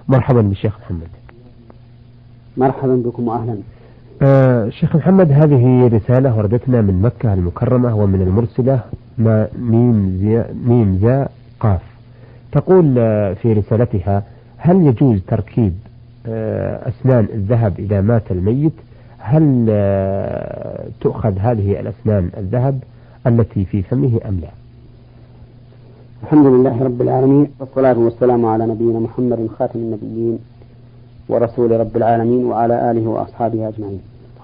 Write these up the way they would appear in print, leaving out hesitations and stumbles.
مرحبا بالشيخ محمد. مرحبا بكم وأهلا. شيخ محمد، هذه رسالة وردتنا من مكة المكرمة ومن المرسلة ميم زاء قاف. تقول في رسالتها: هل يجوز تركيب أسنان الذهب إذا مات الميت؟ هل تؤخذ هذه الأسنان الذهب التي في فمه أم لا؟ الحمد لله رب العالمين، والصلاة والسلام على نبينا محمد خاتم النبيين ورسول رب العالمين وعلى آله وأصحابه أجمعين.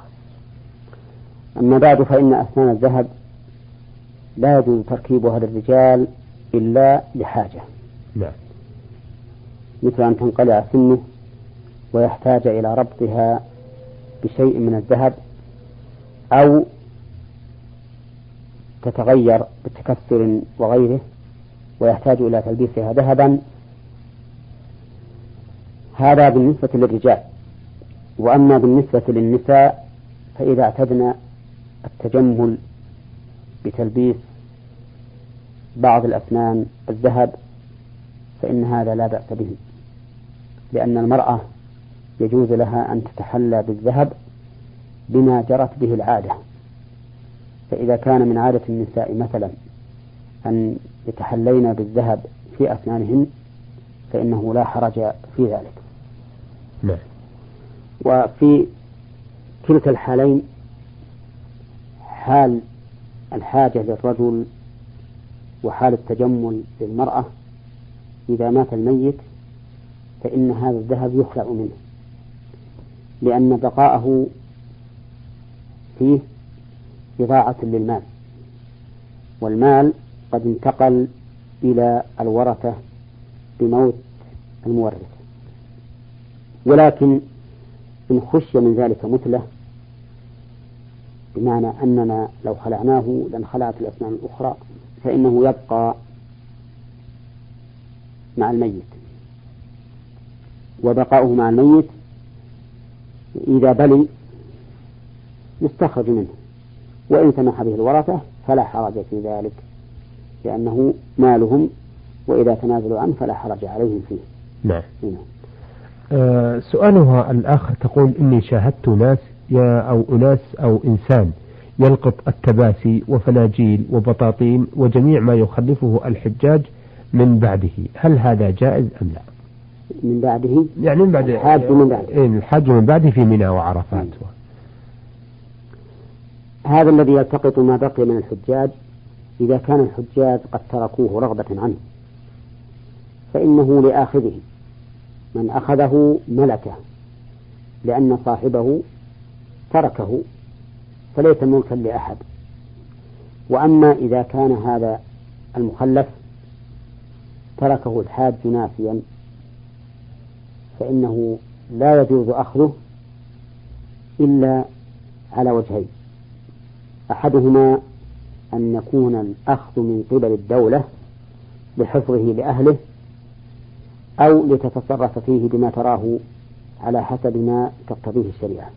أما بعد، فإن أسنان الذهب لا يجوز تركيبها للرجال إلا لحاجة. نعم. مثل أن تنقلع سنه ويحتاج إلى ربطها بشيء من الذهب، أو تتغير بتكسر وغيره ويحتاج إلى تلبيسها ذهبا. هذا بالنسبة للرجال. وأما بالنسبة للنساء فإذا اعتدنا التجمل بتلبيس بعض الأسنان الذهب فإن هذا لا بأس به، لأن المرأة يجوز لها أن تتحلى بالذهب بما جرت به العادة. فإذا كان من عادة النساء مثلا أن يتحلين بالذهب في أسنانهن فإنه لا حرج في ذلك. نعم. وفي كلتا الحالين، حال الحاجة للرجل وحال التجمل للمرأة، إذا مات الميت فإن هذا الذهب يخلع منه، لأن بقاءه فيه إضاعة للمال، والمال قد انتقل إلى الورثة بموت المورث. ولكن إن خشي من ذلك مثله، بمعنى أننا لو خلعناه لانخلعت الأسنان الأخرى، فإنه يبقى مع الميت، وبقاؤه مع الميت إذا بلي يستخرج منه، وإن سمح به الورثة فلا حرج في ذلك، لأنه مالهم، وإذا تنازلوا عنه فلا حرج عليهم فيه. نعم. سؤالها الأخ تقول: إني شاهدت ناس أو أناس أو إنسان يلقط التباسي وفناجيل وبطاطين وجميع ما يخلفه الحجاج من بعده، هل هذا جائز أم لا؟ من بعده يعني من بعد الحاج من بعده. الحاج من بعده في منى وعرفات. هذا الذي يلتقط ما بقي من الحجاج، إذا كان الحجاج قد تركوه رغبة عنه فإنه لآخذه، من أخذه ملكه، لأن صاحبه تركه فليس ملكا لأحد. وأما إذا كان هذا المخلف تركه الحاج ناسيا فإنه لا يجوز أخذه إلا على وجهين: أحدهما أن يكون الأخذ من قبل الدولة لحفظه لأهله، أو لتتصرف فيه بما تراه على حسب ما تقتضيه الشريعة،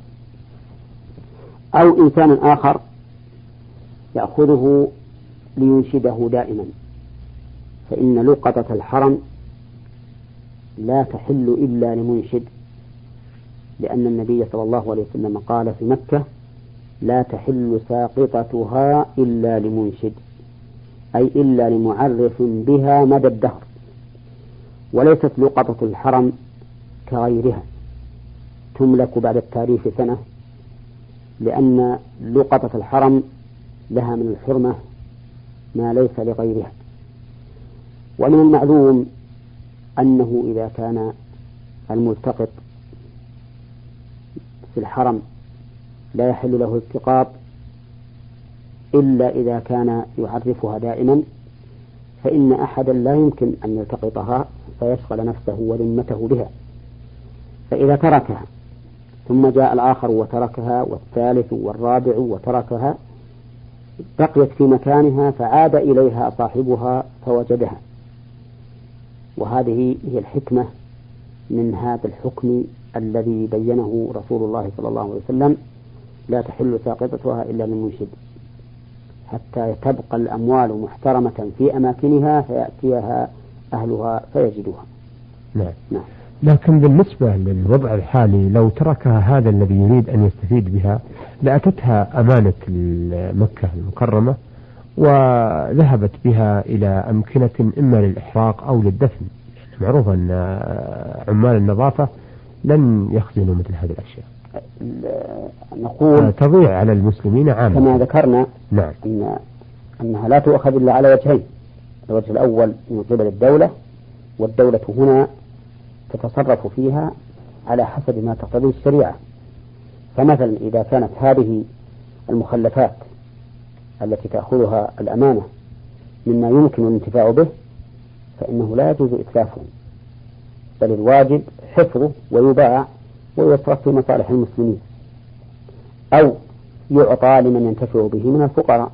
أو إنسان آخر يأخذه لينشده دائما، فإن لقطة الحرم لا تحل إلا لمنشد، لأن النبي صلى الله عليه وسلم قال في مكة: لا تحل ساقطتها إلا لمنشد، أي إلا لمعرف بها مدى الدهر. وليست لقطة الحرم كغيرها تملك بعد التاريخ سنة، لأن لقطة الحرم لها من الحرمة ما ليس لغيرها. ومن المعلوم أنه إذا كان الملتقط في الحرم لا يحل له التقاط إلا إذا كان يعرفها دائما، فإن أحدا لا يمكن أن يلتقطها فيشغل نفسه وذمته بها. فإذا تركها ثم جاء الآخر وتركها، والثالث والرابع وتركها، بقيت في مكانها فعاد إليها صاحبها فوجدها. وهذه هي الحكمة من هذا الحكم الذي بينه رسول الله صلى الله عليه وسلم: لا تحل ساقطتها إلا للمنشد، حتى تبقى الأموال محترمة في أماكنها فيأتيها أهلها فيجدوها. نعم. نعم. لكن بالنسبة للوضع الحالي لو تركها هذا الذي يريد أن يستفيد بها لأتتها أمانة مكة المكرمة وذهبت بها إلى أمكنة إما للإحراق أو للدفن. معروف أن عمال النظافة لن يخزنوا مثل هذه الأشياء. نقول تضيع على المسلمين عامة كما ذكرنا. نعم. أنها لا تؤخذ إلا على وجهين. الوجه الأول من قبل الدولة، والدولة هنا تتصرف فيها على حسب ما تقتضيه الشريعة. فمثلا إذا كانت هذه المخلفات التي تأخذها الأمانة مما يمكن الانتفاع به فإنه لا يجوز إتلافه، بل الواجب حفظه ويباع ويصرف في مصالح المسلمين أو يعطى لمن ينتفع به من الفقراء.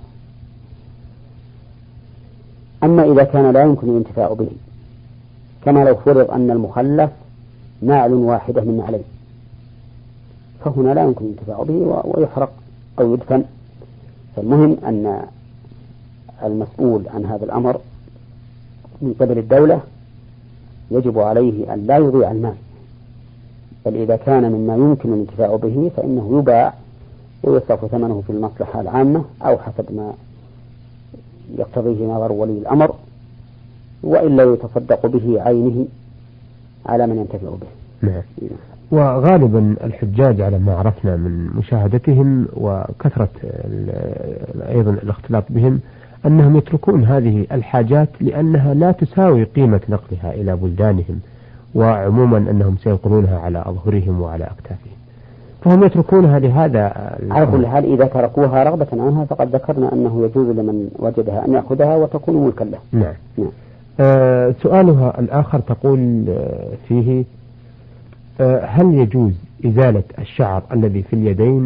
أما إذا كان لا يمكن الانتفاع به، كما لو فرض أن المخلف نعل واحدة من نعلين، فهنا لا يمكن الانتفاع به ويحرق أو يدفن. فالمهم أن المسؤول عن هذا الأمر من قبل الدولة يجب عليه أن لا يضيع المال، بل إذا كان مما يمكن الانتفاع به فإنه يباع ويصرف ثمنه في المصلحة العامة أو حسب ما يقتضيه نظر ولي الأمر، وإلا يتصدق به عينه على من ينتفع به. نعم. وغالبا الحجاج على ما عرفنا من مشاهدتهم وكثرة أيضا الاختلاط بهم أنهم يتركون هذه الحاجات لأنها لا تساوي قيمة نقلها إلى بلدانهم، وعموما أنهم سينقلونها على أظهرهم وعلى أكتافهم، فهم يتركونها لهذا. على كل حال إذا تركوها رغبة عنها فقد ذكرنا أنه يجوز لمن وجدها أن يأخذها وتكون ملكا له. نعم. سؤالها الآخر تقول فيه هل يجوز إزالة الشعر الذي في اليدين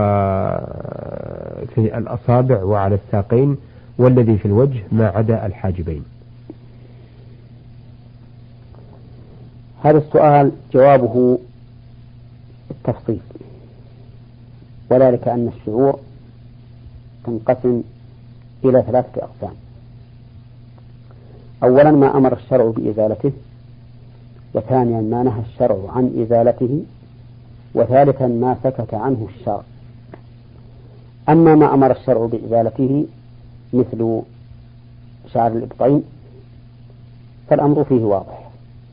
وفي الأصابع وعلى الساقين والذي في الوجه ما عدا الحاجبين؟ هذا السؤال جوابه التفصيل، وذلك أن الشعور تنقسم إلى 3 أقسام. أولا ما أمر الشرع بإزالته، وثانيا ما نهى الشرع عن إزالته، وثالثا ما سكت عنه الشرع. أما ما أمر الشرع بإزالته مثل شعر الإبطين فالأمر فيه واضح،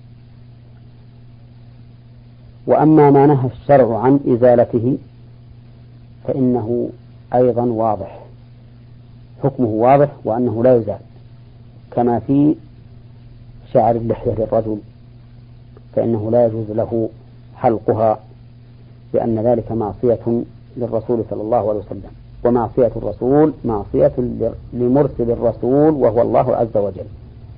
وأما ما نهى الشرع عن إزالته فإنه أيضا واضح، حكمه واضح وأنه لا يزال، كما في شعر اللحية للرجل فإنه لا يجوز له حلقها، لأن ذلك معصية للرسول صلى الله عليه وسلم، ومعصية الرسول معصية لمرسل الرسول وهو الله عز وجل.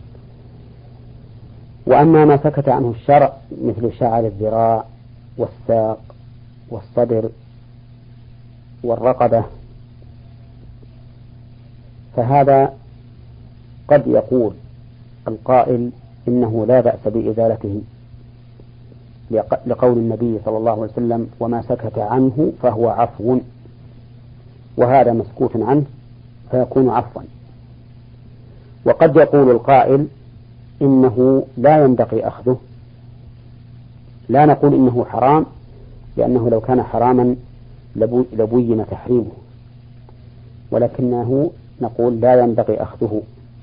وأما ما سكت عنه الشرع مثل شعر الذراع والساق والصدر والرقبة فهذا قد يقول القائل إنه لا بأس بإزالته لقول النبي صلى الله عليه وسلم وما سكت عنه فهو عفو، وهذا مسكوت عنه فيكون عفوا. وقد يقول القائل إنه لا ينبغي أخذه، لا نقول إنه حرام لأنه لو كان حراما لبين تحريمه، ولكنه نقول لا ينبغي أخذه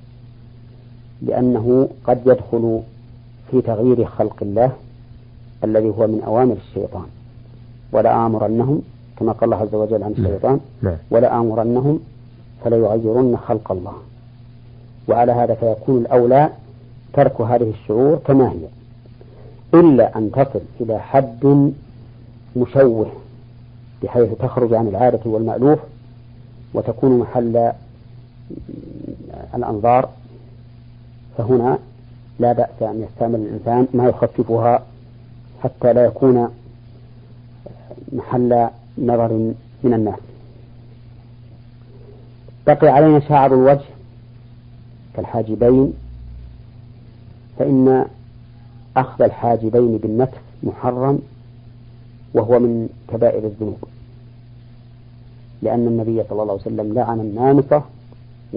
لأنه قد يدخل في تغيير خلق الله الذي هو من أوامر الشيطان، ولا آمرنهم كما قال الله عز وجل عن الشيطان ولا آمرنهم فلا يغيرن خلق الله. وعلى هذا فيكون الأولى ترك هذه الشعور كما هي، إلا أن تصل إلى حد مشوه بحيث تخرج عن العادة والمألوف وتكون محل الأنظار، فهنا لا بأس أن يستعمل الإنسان ما يخففها حتى لا يكون محل نظر من الناس. بقي علينا شعر الوجه كالحاجبين، فإن أخذ الحاجبين بالنتف محرم وهو من كبائر الذنوب، لأن النبي صلى الله عليه وسلم لعن النامصة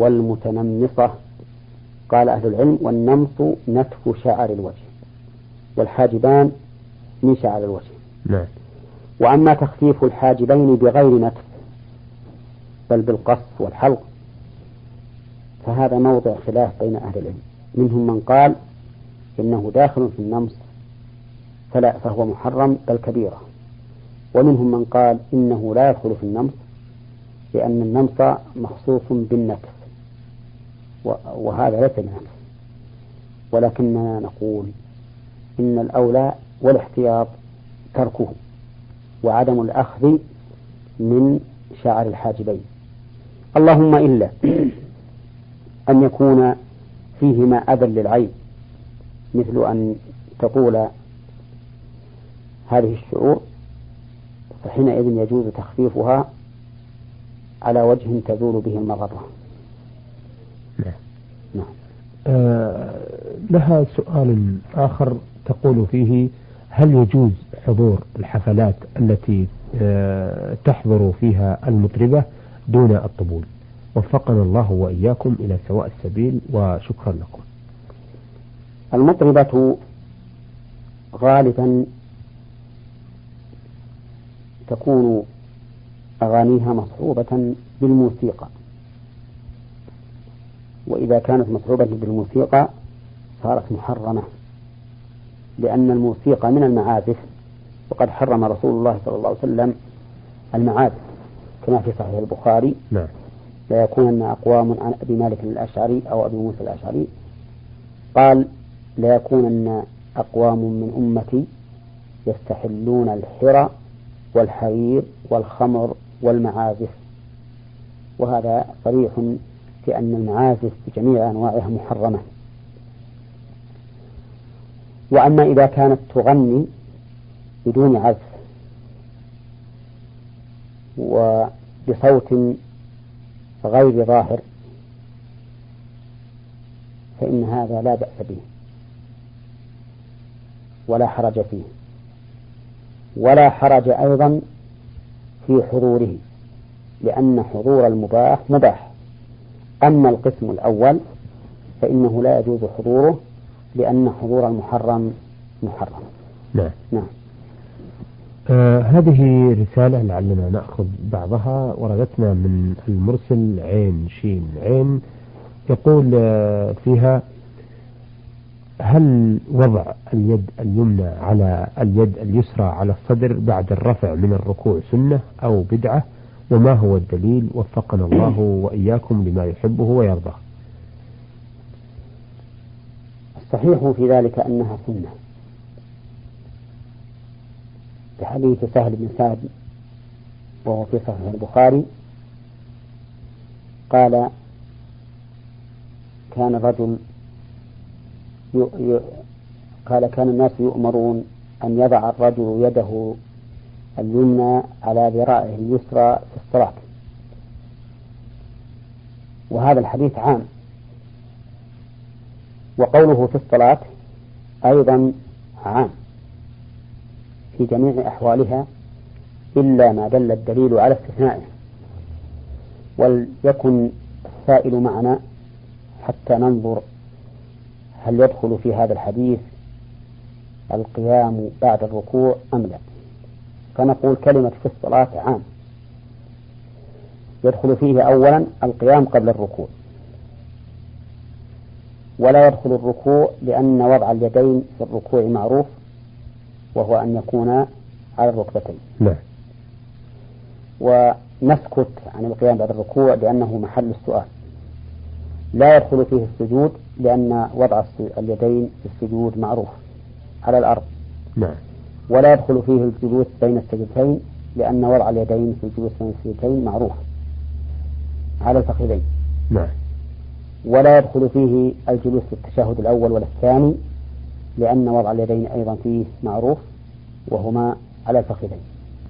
والمتنمصة. قال أهل العلم والنمص نتف شعر الوجه، والحاجبان من شعر الوجه. نعم. وأما تخفيف الحاجبين بغير نتف بل بالقص والحلق فهذا موضع خلاف بين أهل العلم، منهم من قال إنه داخل في النمص فهو محرم بل كبيرة، ومنهم من قال إنه لا يدخل في النمص لأن النمص مخصوص بالنتف وهذا ليس بنمص. ولكننا نقول إن الأولى والاحتياط تركه وعدم الأخذ من شعر الحاجبين، اللهم إلا أن يكون فيهما أذى للعين مثل أن تطول هذه الشعور، فحينئذ يجوز تخفيفها على وجه تزول به المضرة. نعم. لها سؤال آخر تقول فيه: هل يجوز حضور الحفلات التي تحضر فيها المطربة دون الطبول؟ وفقنا الله وإياكم إلى سواء السبيل وشكرا لكم. المطربة غالبا تكون أغانيها مصحوبة بالموسيقى، وإذا كانت مصحوبة بالموسيقى صارت محرمة، لأن الموسيقى من المعازف، وقد حرم رسول الله صلى الله عليه وسلم المعازف كما في صحيح البخاري: نعم. لا يكونن أقوام عن أبي مالك الأشعري أو أبي موسى الأشعري قال: لا يكونن أقوام من أمتي يستحلون الحرى والحرير والخمر والمعازف، وهذا صريح في أن المعازف بجميع أنواعها محرمة. وأما إذا كانت تغني بدون عزف وبصوت غير ظاهر فإن هذا لا بأس به ولا حرج فيه، ولا حرج أيضا في حضوره، لأن حضور المباح مباح. أما القسم الأول فإنه لا يجوز حضوره لأن حضور المحرم محرم. نعم. نعم. هذه رسالة لعلنا نأخذ بعضها، وردتنا من المرسل عين شين عين، يقول فيها: هل وضع اليد اليمنى على اليد اليسرى على الصدر بعد الرفع من الركوع سنة أو بدعة؟ وما هو الدليل؟ وفقنا الله وإياكم لما يحبه ويرضاه. الصحيح في ذلك أنها سنة، بحديث سهل بن سعد وهو في صحيح البخاري قال: كان الرجل كان الناس يؤمرون أن يضع الرجل يده اليمنى على ذراعه اليسرى في الصلاة، وهذا الحديث عام، وقوله في الصلاة أيضا عام في جميع أحوالها إلا ما دل الدليل على استثنائه. وليكن السائل معنا حتى ننظر هل يدخل في هذا الحديث القيام بعد الركوع أم لا. فنقول كلمة في الصلاة عام، يدخل فيه أولا القيام قبل الركوع، ولا يدخل الركوع لأن وضع اليدين في الركوع معروف، وهو أن يكون على الركبتين. نعم. ونسكت عن القيام بعد الركوع لأنه محل السؤال. لا يدخل فيه السجود لأن وضع اليدين في السجود معروف على الأرض. نعم. ولا يدخل فيه الجلوس بين السجدتين لأن وضع اليدين في الجلوس بين السجدتين معروف على الفخذين. نعم. ولا يدخل فيه الجلوس في التشهد الأول ولا الثاني لأن وضع اليدين أيضا فيه معروف وهما على الفخذين.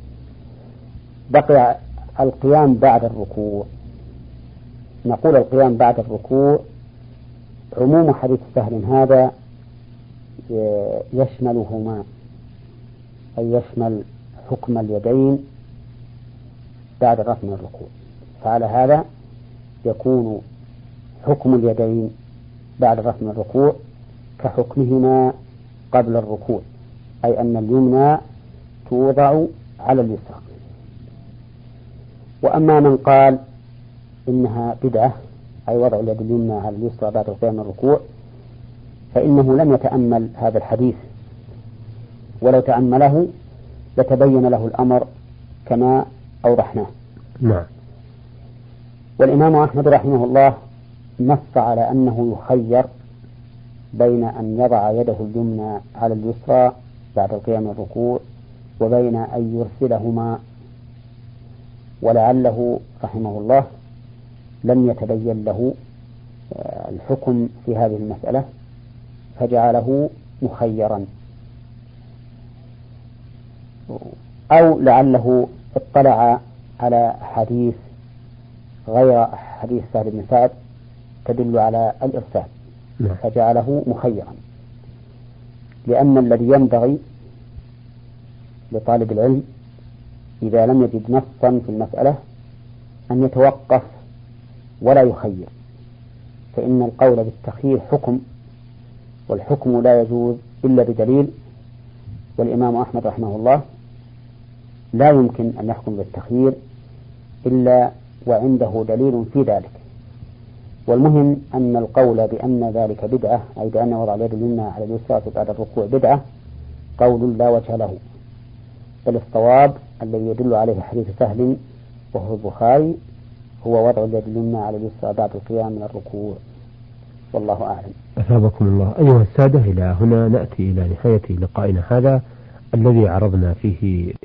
بقي القيام بعد الركوع. نقول القيام بعد الركوع عموم حديث سهل هذا يشملهما، أي يشمل حكم اليدين بعد الرفع من الركوع، فعلى هذا يكون حكم اليدين بعد الرفع من الركوع كحكمهما قبل الركوع، أي أن اليمنى توضع على اليسرى. وأما من قال إنها بدعة، أي وضع اليد اليمنى على اليسرى بعد القيام من الركوع، فإنه لم يتأمل هذا الحديث، ولو تأمله لتبين له الأمر كما أوضحناه. نعم. والإمام أحمد رحمه الله نص على أنه يخير بين أن يضع يده اليمنى على اليسرى بعد القيام من الركوع وبين أن يرسلهما، ولعله رحمه الله لم يتبين له الحكم في هذه المسألة فجعله مخيرا، أو لعله اطلع على حديث غير حديث سهل بن سعد تدل على الإرسال فجعله مخيرا. لأن الذي ينبغي لطالب العلم إذا لم يجد نصا في المسألة أن يتوقف ولا يخير، فإن القول بالتخيير حكم، والحكم لا يجوز إلا بدليل، والإمام أحمد رحمه الله لا يمكن أن يحكم بالتخيير إلا وعنده دليل في ذلك. والمهم أن القول بأن ذلك بدعة، أي بأن وضع اليد اليمنى على اليسرى بعد الركوع بدعة، قول لا وجه له، بل الصواب الذي يدل عليه حديث سهل وهو البخاري هو وضع اليد اليمنى على اليسرى بعد القيام من الركوع، والله أعلم. أثابكم الله. أيها السادة، إلى هنا نأتي إلى نهاية لقائنا هذا الذي عرضنا فيه